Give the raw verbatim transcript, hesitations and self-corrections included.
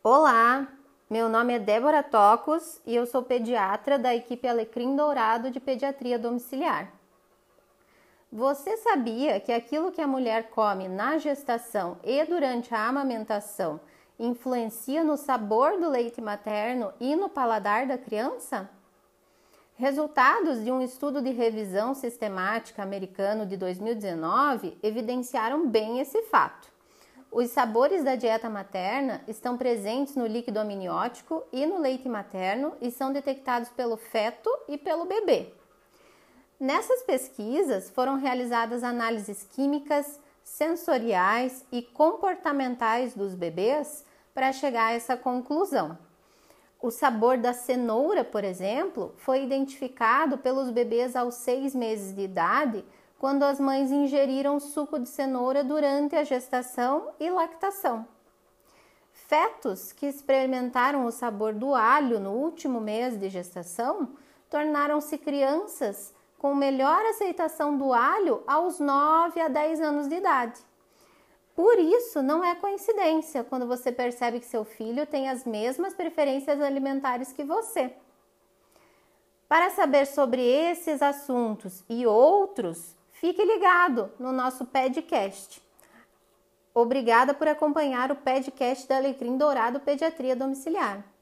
Olá, meu nome é Débora Tocos e eu sou pediatra da equipe Alecrim Dourado de Pediatria Domiciliar. Você sabia que aquilo que a mulher come na gestação e durante a amamentação influencia no sabor do leite materno e no paladar da criança? Resultados de um estudo de revisão sistemática americano de dois mil e dezenove evidenciaram bem esse fato. Os sabores da dieta materna estão presentes no líquido amniótico e no leite materno e são detectados pelo feto e pelo bebê. Nessas pesquisas foram realizadas análises químicas, sensoriais e comportamentais dos bebês para chegar a essa conclusão. O sabor da cenoura, por exemplo, foi identificado pelos bebês aos seis meses de idade, quando as mães ingeriram suco de cenoura durante a gestação e lactação. Fetos que experimentaram o sabor do alho no último mês de gestação tornaram-se crianças com melhor aceitação do alho aos nove a dez anos de idade. Por isso, não é coincidência quando você percebe que seu filho tem as mesmas preferências alimentares que você. Para saber sobre esses assuntos e outros, fique ligado no nosso podcast. Obrigada por acompanhar o podcast da Alecrim Dourado Pediatria Domiciliar.